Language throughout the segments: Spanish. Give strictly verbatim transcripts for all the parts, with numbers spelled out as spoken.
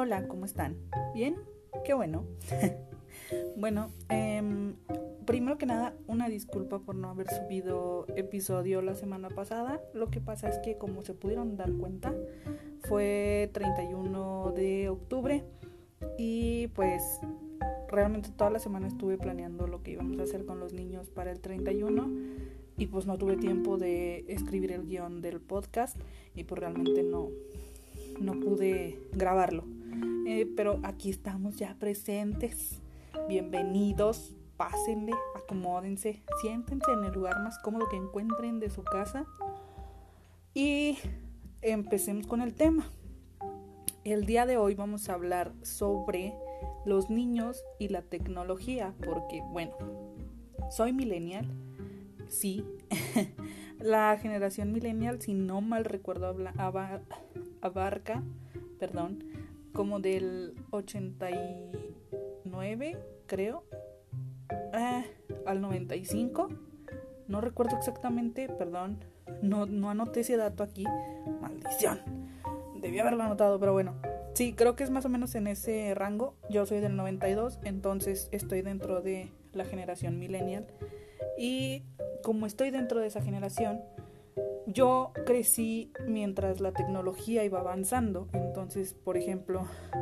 Hola, ¿cómo están? ¿Bien? Qué bueno. Bueno, eh, primero que nada, una disculpa por no haber subido episodio la semana pasada. Lo que pasa es que, como se pudieron dar cuenta, fue treinta y uno de octubre y pues realmente toda la semana estuve planeando lo que íbamos a hacer con los niños para el treinta y uno y pues no tuve tiempo de escribir el guión del podcast y pues realmente no, no pude grabarlo. Eh, pero aquí estamos ya presentes. Bienvenidos, pásenle, acomódense, siéntense en el lugar más cómodo que encuentren de su casa y empecemos con el tema. El día de hoy vamos a hablar sobre los niños y la tecnología, porque bueno, soy millennial, sí, la generación millennial, si no mal recuerdo, abarca, perdón, como del ochenta y nueve, creo, eh, al noventa y cinco, no recuerdo exactamente, perdón, no, no anoté ese dato aquí, maldición, debí haberlo anotado, pero bueno, sí, creo que es más o menos en ese rango. Yo soy del noventa y dos, entonces estoy dentro de la generación millennial, y como estoy dentro de esa generación, yo crecí mientras la tecnología iba avanzando. Entonces, por ejemplo,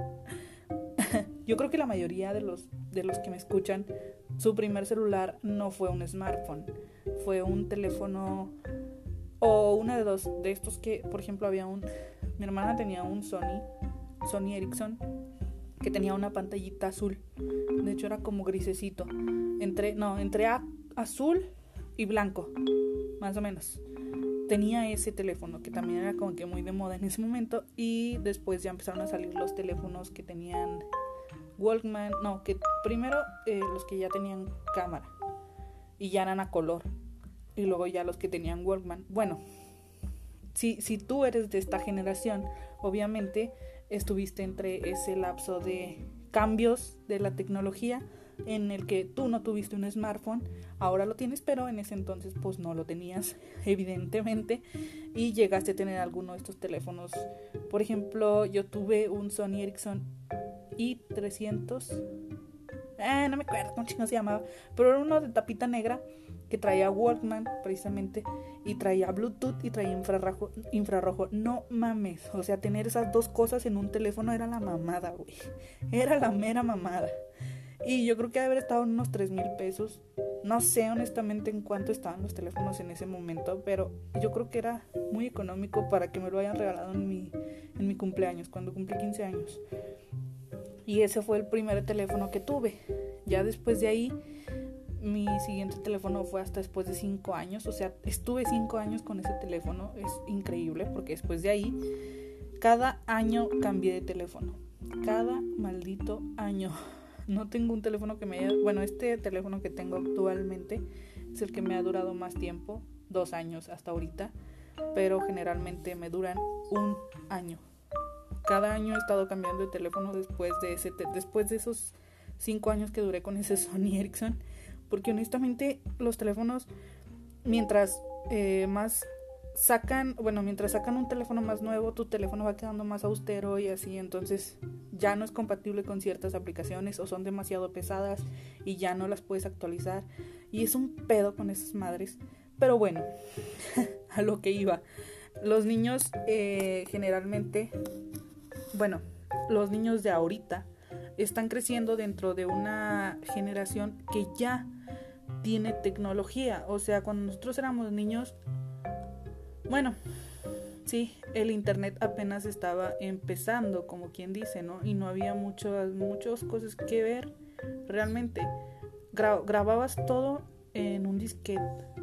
yo creo que la mayoría de los, de los que me escuchan, su primer celular no fue un smartphone, fue un teléfono o uno de dos de estos que, por ejemplo, había un, mi hermana tenía un Sony, Sony Ericsson, que tenía una pantallita azul, de hecho era como grisecito, entre, no, entre a, azul y blanco, más o menos. Tenía ese teléfono que también era como que muy de moda en ese momento, y después ya empezaron a salir los teléfonos que tenían Walkman, no, que primero eh, los que ya tenían cámara y ya eran a color, y luego ya los que tenían Walkman. Bueno, si, si tú eres de esta generación, obviamente estuviste entre ese lapso de cambios de la tecnología en el que tú no tuviste un smartphone, ahora lo tienes, pero en ese entonces pues no lo tenías, evidentemente, y llegaste a tener alguno de estos teléfonos. Por ejemplo, yo tuve un Sony Ericsson i trescientos, eh, no me acuerdo cómo chingo se llamaba, pero era uno de tapita negra que traía Walkman precisamente, y traía Bluetooth y traía infrarrojo, infrarrojo. No mames, o sea, tener esas dos cosas en un teléfono era la mamada, güey, era la mera mamada. Y yo creo que debe haber estado en unos tres mil pesos. No sé honestamente en cuánto estaban los teléfonos en ese momento, pero yo creo que era muy económico para que me lo hayan regalado en mi, en mi cumpleaños, cuando cumplí quince años. Y ese fue el primer teléfono que tuve. Ya después de ahí, mi siguiente teléfono fue hasta después de cinco años. O sea, estuve cinco años con ese teléfono. Es increíble porque después de ahí, cada año cambié de teléfono. Cada maldito año. No tengo un teléfono que me haya... Bueno, este teléfono que tengo actualmente es el que me ha durado más tiempo, dos años hasta ahorita, pero generalmente me duran un año. Cada año he estado cambiando de teléfono después de ese te- después de esos cinco años que duré con ese Sony Ericsson, porque honestamente los teléfonos, mientras eh, más sacan, bueno, mientras sacan un teléfono más nuevo, tu teléfono va quedando más austero y así, entonces ya no es compatible con ciertas aplicaciones o son demasiado pesadas y ya no las puedes actualizar, y es un pedo con esas madres. Pero bueno, a lo que iba, los niños eh, generalmente, bueno, los niños de ahorita están creciendo dentro de una generación que ya tiene tecnología. O sea, cuando nosotros éramos niños, bueno, sí, el internet apenas estaba empezando, como quien dice, ¿no? Y no había muchas, muchas cosas que ver realmente. Gra- grababas todo en un disquete.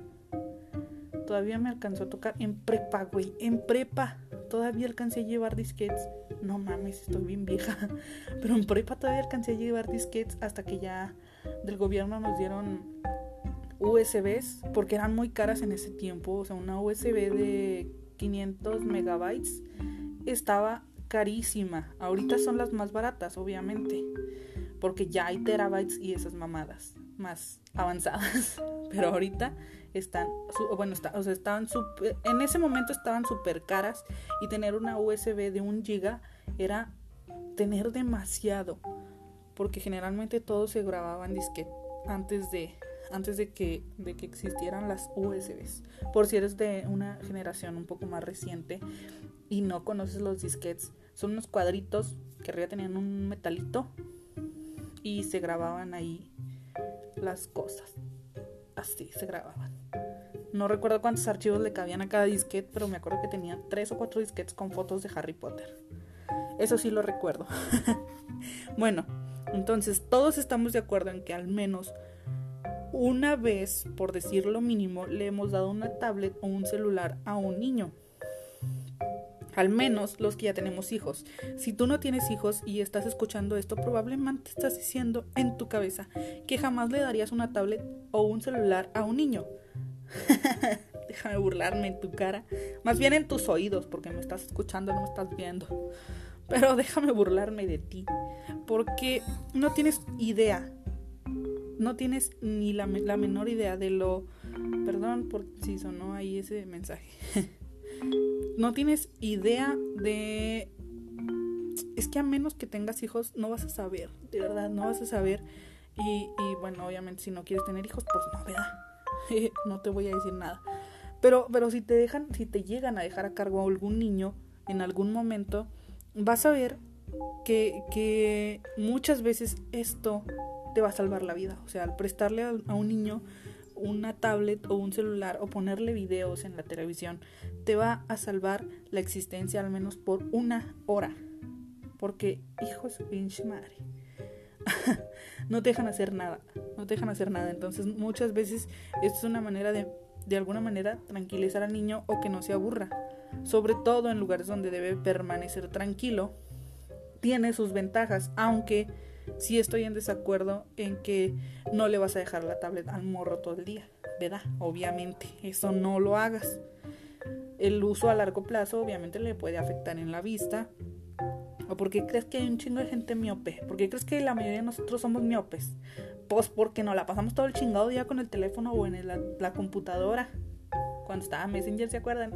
Todavía me alcanzó a tocar en prepa, güey, en prepa. Todavía alcancé a llevar disquetes. No mames, estoy bien vieja. Pero en prepa todavía alcancé a llevar disquetes hasta que ya del gobierno nos dieron U S Bs, porque eran muy caras en ese tiempo. O sea, una U S B de quinientos megabytes estaba carísima. Ahorita son las más baratas, obviamente, porque ya hay terabytes y esas mamadas más avanzadas. Pero ahorita están, bueno, está, o sea, estaban super, en ese momento estaban súper caras, y tener una U S B de un giga era tener demasiado, porque generalmente todo se grababa en disquete antes de antes de que de que existieran las U S Bs. Por si eres de una generación un poco más reciente y no conoces los disquetes, son unos cuadritos que arriba tenían un metalito y se grababan ahí las cosas. Así se grababan. No recuerdo cuántos archivos le cabían a cada disquete, pero me acuerdo que tenía tres o cuatro disquetes con fotos de Harry Potter. Eso sí lo recuerdo. Bueno, entonces todos estamos de acuerdo en que al menos una vez, por decir lo mínimo, le hemos dado una tablet o un celular a un niño. Al menos los que ya tenemos hijos. Si tú no tienes hijos y estás escuchando esto, probablemente estás diciendo en tu cabeza que jamás le darías una tablet o un celular a un niño. Déjame burlarme en tu cara. Más bien en tus oídos, porque me estás escuchando, no me estás viendo. Pero déjame burlarme de ti, porque no tienes idea. No tienes ni la, la menor idea de lo... Perdón por si sonó ahí ese mensaje. No tienes idea de... Es que a menos que tengas hijos no vas a saber, de verdad, no vas a saber. Y, y bueno, obviamente si no quieres tener hijos, pues no, ¿verdad? No te voy a decir nada. Pero, pero si te dejan, si te llegan a dejar a cargo a algún niño en algún momento, vas a ver que, que muchas veces esto te va a salvar la vida. O sea, al prestarle a, a un niño una tablet o un celular o ponerle videos en la televisión, te va a salvar la existencia al menos por una hora. Porque, hijo de su pinche madre, no te dejan hacer nada, no te dejan hacer nada. Entonces muchas veces esto es una manera de, de alguna manera, tranquilizar al niño o que no se aburra. Sobre todo en lugares donde debe permanecer tranquilo, tiene sus ventajas, aunque sí estoy en desacuerdo en que no le vas a dejar la tablet al morro todo el día, ¿verdad? Obviamente, eso no lo hagas. El uso a largo plazo obviamente le puede afectar en la vista. ¿O por qué crees que hay un chingo de gente miope? ¿Por qué crees que la mayoría de nosotros somos miopes? Pues porque nos la pasamos todo el chingado día con el teléfono o en el, la, la computadora. Cuando estaba Messenger, ¿se acuerdan?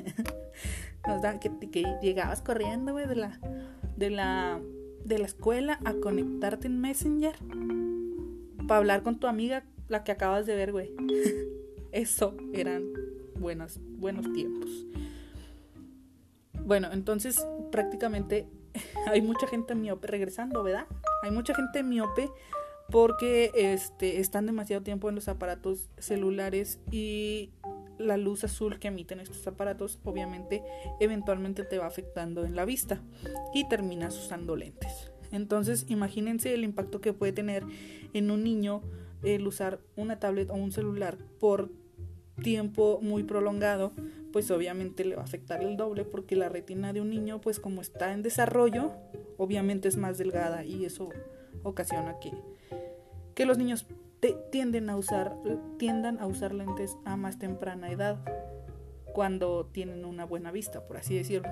que, que llegabas corriendo, güey, de la, de la, de la escuela a conectarte en Messenger para hablar con tu amiga, la que acabas de ver, güey. Eso eran buenos, buenos tiempos. Bueno, entonces prácticamente hay mucha gente miope, regresando, ¿verdad? Hay mucha gente miope porque este, están demasiado tiempo en los aparatos celulares y la luz azul que emiten estos aparatos obviamente eventualmente te va afectando en la vista y terminas usando lentes. Entonces imagínense el impacto que puede tener en un niño el usar una tablet o un celular por tiempo muy prolongado. Pues obviamente le va a afectar el doble, porque la retina de un niño, pues como está en desarrollo, obviamente es más delgada y eso ocasiona que, que los niños te, tienden a usar, tiendan a usar lentes a más temprana edad, cuando tienen una buena vista, por así decirlo.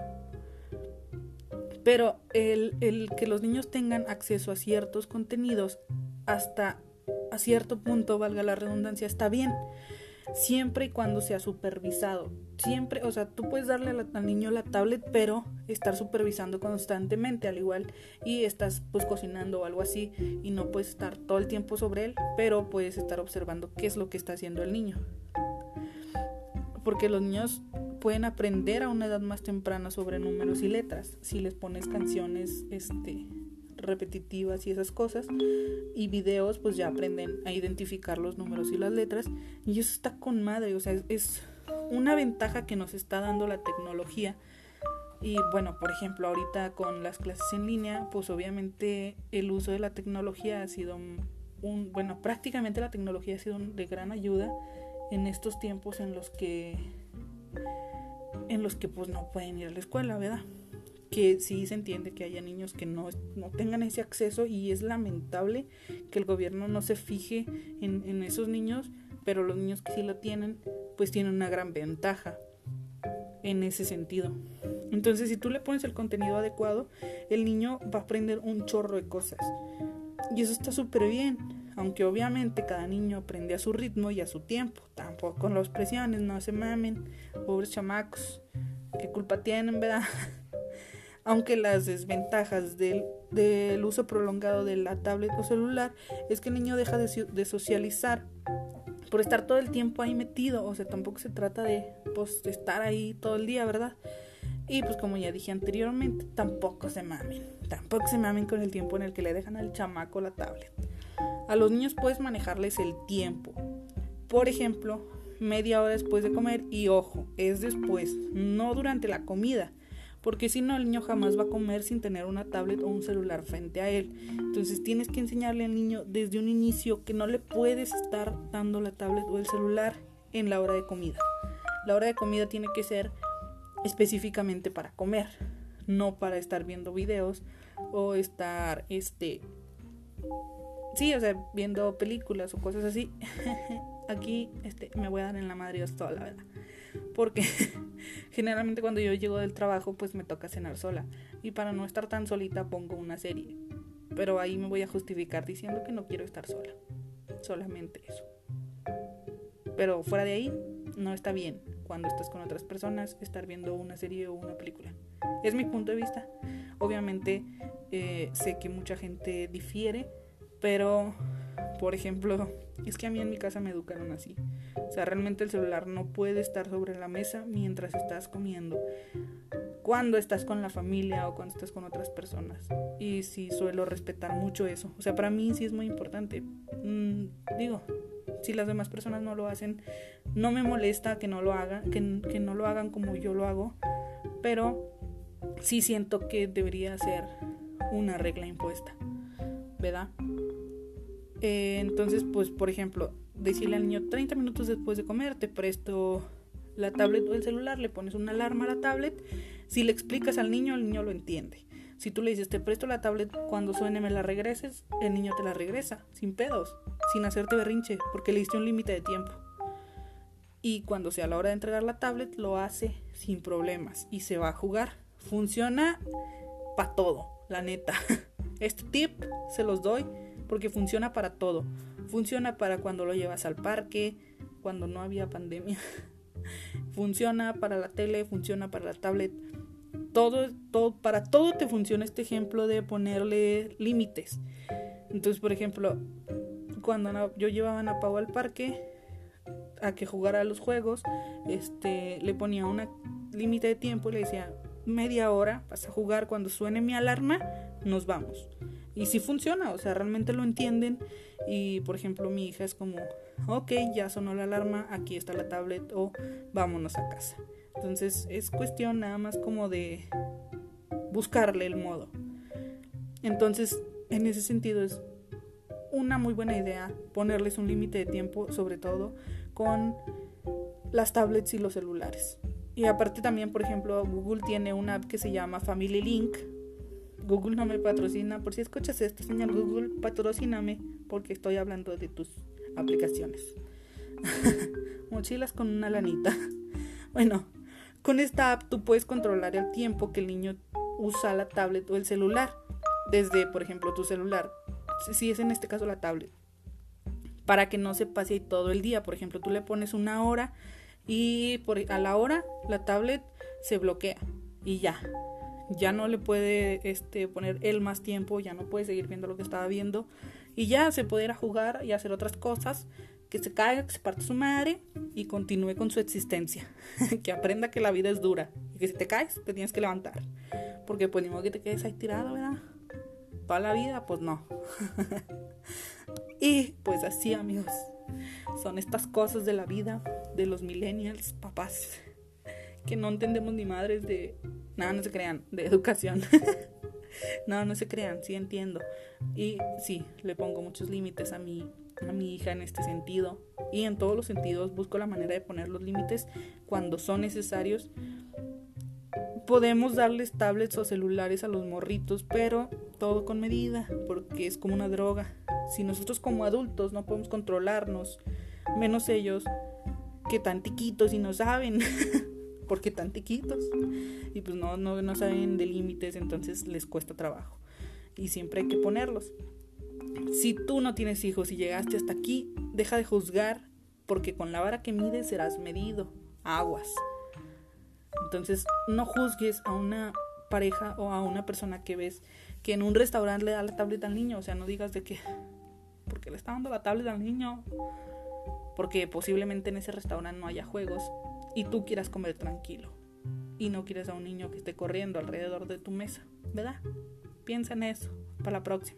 Pero el, el que los niños tengan acceso a ciertos contenidos hasta a cierto punto, valga la redundancia, está bien, siempre y cuando sea supervisado. Siempre, o sea, tú puedes darle la, al niño la tablet, pero estar supervisando constantemente, al igual y estás pues cocinando o algo así y no puedes estar todo el tiempo sobre él, pero puedes estar observando qué es lo que está haciendo el niño, porque los niños pueden aprender a una edad más temprana sobre números y letras si les pones canciones este repetitivas y esas cosas, y videos, pues ya aprenden a identificar los números y las letras, y eso está con madre. O sea, es, es una ventaja que nos está dando la tecnología. Y bueno, por ejemplo, ahorita con las clases en línea, pues obviamente el uso de la tecnología ha sido un, bueno, prácticamente la tecnología ha sido de gran ayuda en estos tiempos en los que en los que pues no pueden ir a la escuela, ¿verdad? Que sí se entiende que haya niños que no, no tengan ese acceso, y es lamentable que el gobierno no se fije en, en esos niños, pero los niños que sí lo tienen, pues tienen una gran ventaja en ese sentido. Entonces, si tú le pones el contenido adecuado, el niño va a aprender un chorro de cosas, y eso está súper bien, aunque obviamente cada niño aprende a su ritmo y a su tiempo. Tampoco con las presiones, no se mamen, pobres chamacos, qué culpa tienen, ¿verdad? Aunque las desventajas del, del uso prolongado de la tablet o celular es que el niño deja de, de socializar por estar todo el tiempo ahí metido. O sea, tampoco se trata de, pues, de estar ahí todo el día, ¿verdad? Y pues como ya dije anteriormente, tampoco se mamen. Tampoco se mamen con el tiempo en el que le dejan al chamaco la tablet. A los niños puedes manejarles el tiempo. Por ejemplo, media hora después de comer. Y ojo, es después, no durante la comida. Porque si no, el niño jamás va a comer sin tener una tablet o un celular frente a él. Entonces tienes que enseñarle al niño desde un inicio que no le puedes estar dando la tablet o el celular en la hora de comida. La hora de comida tiene que ser específicamente para comer, no para estar viendo videos o estar, este, sí, o sea, viendo películas o cosas así. Aquí, este, me voy a dar en la madre yo sola, la verdad. Porque generalmente cuando yo llego del trabajo pues me toca cenar sola y para no estar tan solita pongo una serie, pero ahí me voy a justificar diciendo que no quiero estar sola, solamente eso. Pero fuera de ahí no está bien cuando estás con otras personas estar viendo una serie o una película. Es mi punto de vista. Obviamente eh, sé que mucha gente difiere, pero por ejemplo, es que a mí en mi casa me educaron así. O sea, realmente el celular no puede estar sobre la mesa mientras estás comiendo, cuando estás con la familia o cuando estás con otras personas. Y sí suelo respetar mucho eso. O sea, para mí sí es muy importante. Mm, digo, si las demás personas no lo hacen, no me molesta que no lo hagan, que, que no lo hagan como yo lo hago, pero sí siento que debería ser una regla impuesta, ¿verdad? Eh, entonces, pues, por ejemplo, decirle al niño treinta minutos después de comer, te presto la tablet o el celular, le pones una alarma a la tablet. Si le explicas al niño, el niño lo entiende. Si tú le dices, te presto la tablet, cuando suene me la regreses, el niño te la regresa, sin pedos, sin hacerte berrinche, porque le diste un límite de tiempo. Y cuando sea la hora de entregar la tablet, lo hace sin problemas y se va a jugar. Funciona para todo, la neta. Este tip se los doy porque funciona para todo. Funciona para cuando lo llevas al parque, cuando no había pandemia. Funciona para la tele, funciona para la tablet. Todo, todo, para todo te funciona este ejemplo de ponerle límites. Entonces, por ejemplo, cuando yo llevaba a Ana Pau al parque a que jugara a los juegos, este, le ponía un límite de tiempo y le decía, media hora, vas a jugar, cuando suene mi alarma, nos vamos. Y sí funciona, o sea, realmente lo entienden. Y por ejemplo, mi hija es como, ok, ya sonó la alarma, aquí está la tablet, o vámonos a casa. Entonces es cuestión nada más como de buscarle el modo. Entonces, en ese sentido es una muy buena idea ponerles un límite de tiempo, sobre todo con las tablets y los celulares. Y aparte también, por ejemplo, Google tiene una app que se llama Family Link. Google no me patrocina, por si escuchas esto, señor Google, patrocíname, porque estoy hablando de tus aplicaciones. Mochilas con una lanita. Bueno, con esta app tú puedes controlar el tiempo que el niño usa la tablet o el celular. Desde, por ejemplo, tu celular, si es en este caso la tablet, para que no se pase ahí todo el día. Por ejemplo, tú le pones una hora y por, a la hora la tablet se bloquea y ya. Ya no le puede este, poner él más tiempo, ya no puede seguir viendo lo que estaba viendo y ya se puede ir a jugar y hacer otras cosas, que se caiga, que se parte su madre y continúe con su existencia. Que aprenda que la vida es dura y que si te caes te tienes que levantar, porque pues ni modo que te quedes ahí tirado, ¿verdad? Para la vida, pues no. Y pues así, amigos, son estas cosas de la vida de los millennials, papás, que no entendemos ni madres de... Nada, no se crean, de educación. No, no se crean, sí entiendo. Y sí, le pongo muchos límites a mi, a mi hija en este sentido. Y en todos los sentidos busco la manera de poner los límites cuando son necesarios. Podemos darles tablets o celulares a los morritos, pero todo con medida, porque es como una droga. Si nosotros como adultos no podemos controlarnos, menos ellos, que tan tiquitos y no saben... porque tan tiquitos y pues no, no, no saben de límites, entonces les cuesta trabajo y siempre hay que ponerlos. Si tú no tienes hijos y llegaste hasta aquí, deja de juzgar, porque con la vara que mides serás medido. Aguas. Entonces no juzgues a una pareja o a una persona que ves que en un restaurante le da la tablet al niño. O sea, no digas de que, ¿por qué le está dando la tablet al niño? Porque posiblemente en ese restaurante no haya juegos y tú quieras comer tranquilo y no quieres a un niño que esté corriendo alrededor de tu mesa, ¿verdad? Piensa en eso para la próxima.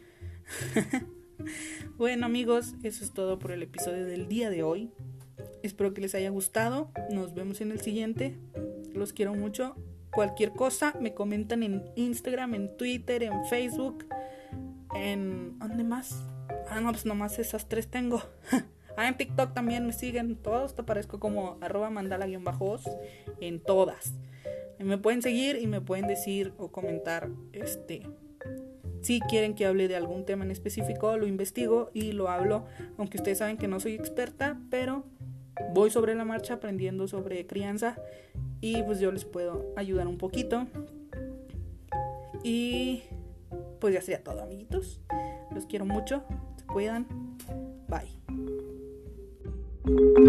Bueno, amigos, eso es todo por el episodio del día de hoy. Espero que les haya gustado. Nos vemos en el siguiente. Los quiero mucho. Cualquier cosa me comentan en Instagram, en Twitter, en Facebook, en... ¿dónde más? Ah, no, pues nomás esas tres tengo. Ah, en TikTok también me siguen. Todos te aparezco como arroba mandala-os en todas. Me pueden seguir y me pueden decir o comentar este si quieren que hable de algún tema en específico. Lo investigo y lo hablo, aunque ustedes saben que no soy experta, pero voy sobre la marcha aprendiendo sobre crianza y pues yo les puedo ayudar un poquito. Y pues ya sería todo, amiguitos. Los quiero mucho. Se cuidan. Bye.